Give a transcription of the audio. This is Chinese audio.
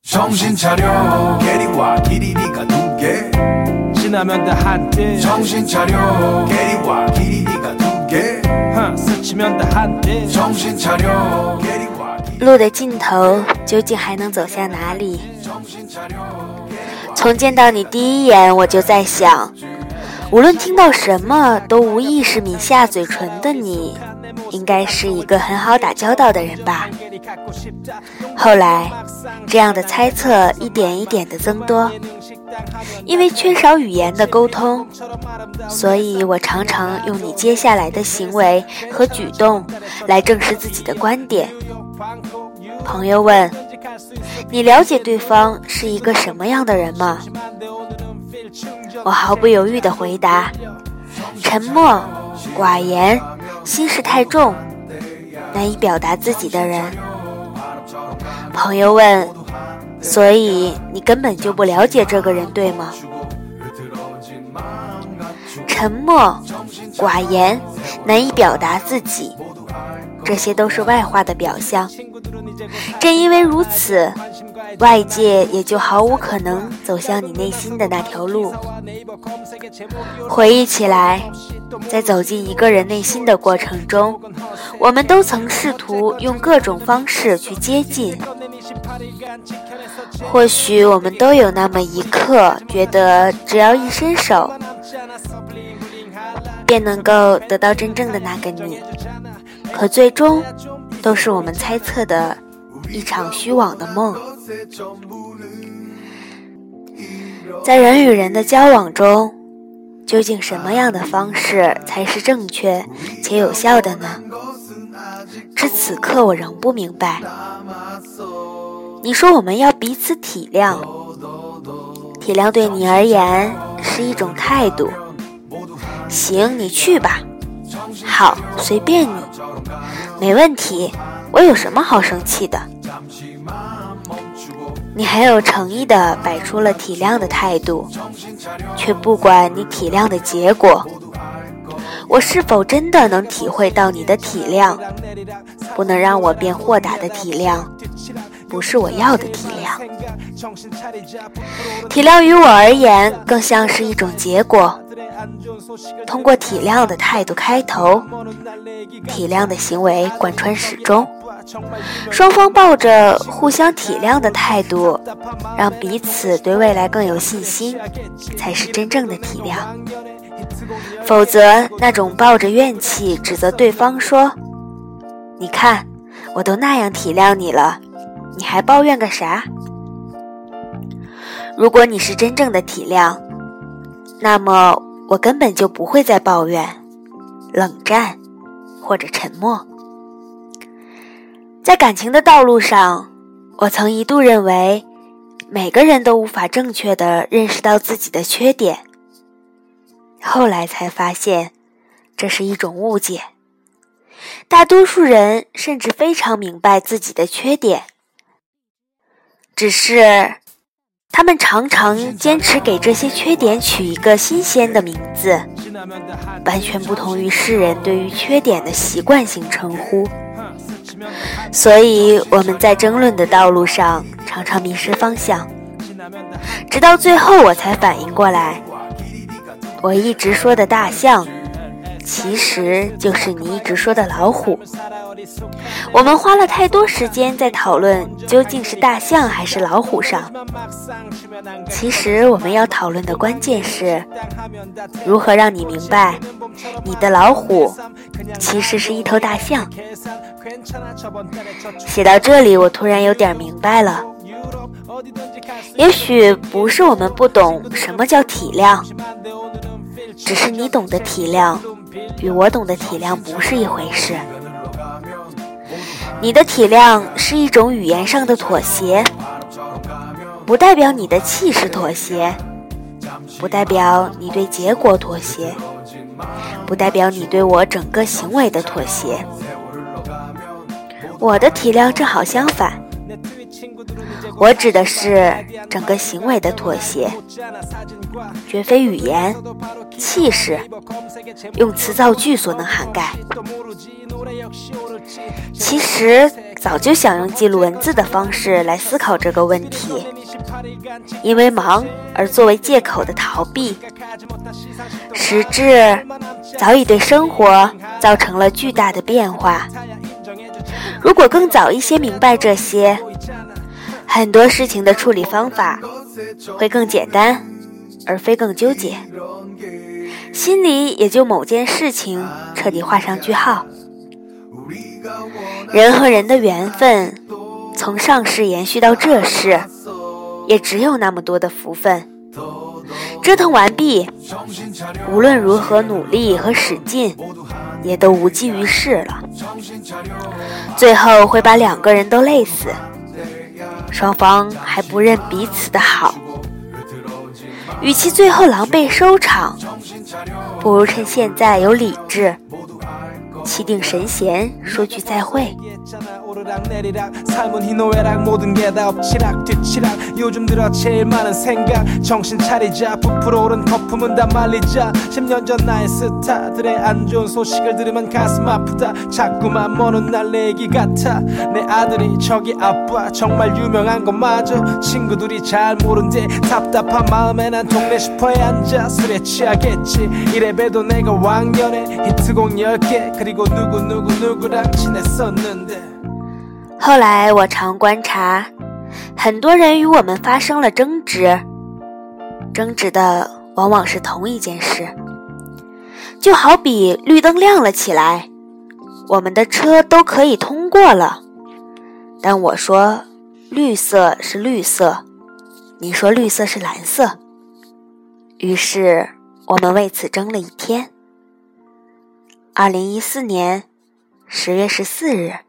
정신차려 게리와 기리리가 두개 지나면 다 한때 정신차려 게리와 기리리가 두개 스치면 다 한때 정신차려 게리와 路的尽头究竟还能走向哪里？从见到你第一眼我就在想，无论听到什么都无意识抿下嘴唇的你，应该是一个很好打交道的人吧。后来这样的猜测一点一点的增多，因为缺少语言的沟通，所以我常常用你接下来的行为和举动来证实自己的观点。朋友问，你了解对方是一个什么样的人吗？我毫不犹豫地回答，沉默、寡言、心事太重，难以表达自己的人。朋友问，所以你根本就不了解这个人对吗？沉默、寡言、难以表达自己，这些都是外化的表象。正因为如此，外界也就毫无可能走向你内心的那条路。回忆起来，在走进一个人内心的过程中，我们都曾试图用各种方式去接近。或许我们都有那么一刻觉得只要一伸手便能够得到真正的那个你，可最终都是我们猜测的一场虚妄的梦。在人与人的交往中，究竟什么样的方式才是正确且有效的呢？至此刻我仍不明白。你说我们要彼此体谅，体谅对你而言是一种态度。行，你去吧。好，随便你。没问题，我有什么好生气的？你很有诚意地摆出了体谅的态度，却不管你体谅的结果。我是否真的能体会到你的体谅？不能让我变豁达的体谅，不是我要的体谅。体谅于我而言更像是一种结果，通过体谅的态度开头，体谅的行为贯穿始终，双方抱着互相体谅的态度，让彼此对未来更有信心，才是真正的体谅。否则那种抱着怨气指责对方说，你看我都那样体谅你了，你还抱怨个啥？如果你是真正的体谅，那么我根本就不会再抱怨、冷战或者沉默。在感情的道路上，我曾一度认为每个人都无法正确地认识到自己的缺点，后来才发现这是一种误解。大多数人甚至非常明白自己的缺点，只是他们常常坚持给这些缺点取一个新鲜的名字，完全不同于世人对于缺点的习惯性称呼。所以我们在争论的道路上常常迷失方向，直到最后我才反应过来，我一直说的大象其实就是你一直说的老虎。我们花了太多时间在讨论究竟是大象还是老虎上，其实我们要讨论的关键是如何让你明白你的老虎其实是一头大象。写到这里我突然有点明白了，也许不是我们不懂什么叫体谅，只是你懂得体谅与我懂得体谅不是一回事。你的体谅是一种语言上的妥协，不代表你的气势妥协，不代表你对结果妥协，不代表你对我整个行为的妥协。我的体谅正好相反， 我指的是整个行为的妥协，绝非语言、气势、用词造句所能涵盖。其实早就想用记录文字的方式来思考这个问题，因为忙而作为借口的逃避，实质早已对生活造成了巨大的变化。如果更早一些明白这些，很多事情的处理方法会更简单，而非更纠结，心里也就某件事情彻底画上句号。人和人的缘分从上世延续到这世，也只有那么多的福分，折腾完毕，无论如何努力和使劲，也都无济于事了，最后会把两个人都累死，双方还不认彼此的好。与其最后狼狈收场，不如趁现在有理智，气定神闲说句再会。 삶은 희노애락 모든 게 다 엎치락 뒤치락 요즘 들어 제일 많은 생각 정신 차리자 부풀어 오른 거품은 다 말리자 10년 전 나의 스타들의 안 좋은 소식을 들으면 가슴 아프다 자꾸만 먼 날 내 얘기 같아 내 아들이 저기 아빠 정말 유명한 거 맞아 친구들이 잘 모른대 답답한 마음에 난 동네 슈퍼에 앉아 술에 취하겠지 이래봬도 내가 왕년에 히트곡 10개 그리고 누구랑 친했었는데 后来我常观察，很多人与我们发生了争执，争执的往往是同一件事。就好比绿灯亮了起来，我们的车都可以通过了，但我说绿色是绿色，你说绿色是蓝色，于是我们为此争了一天。2014年10月14日。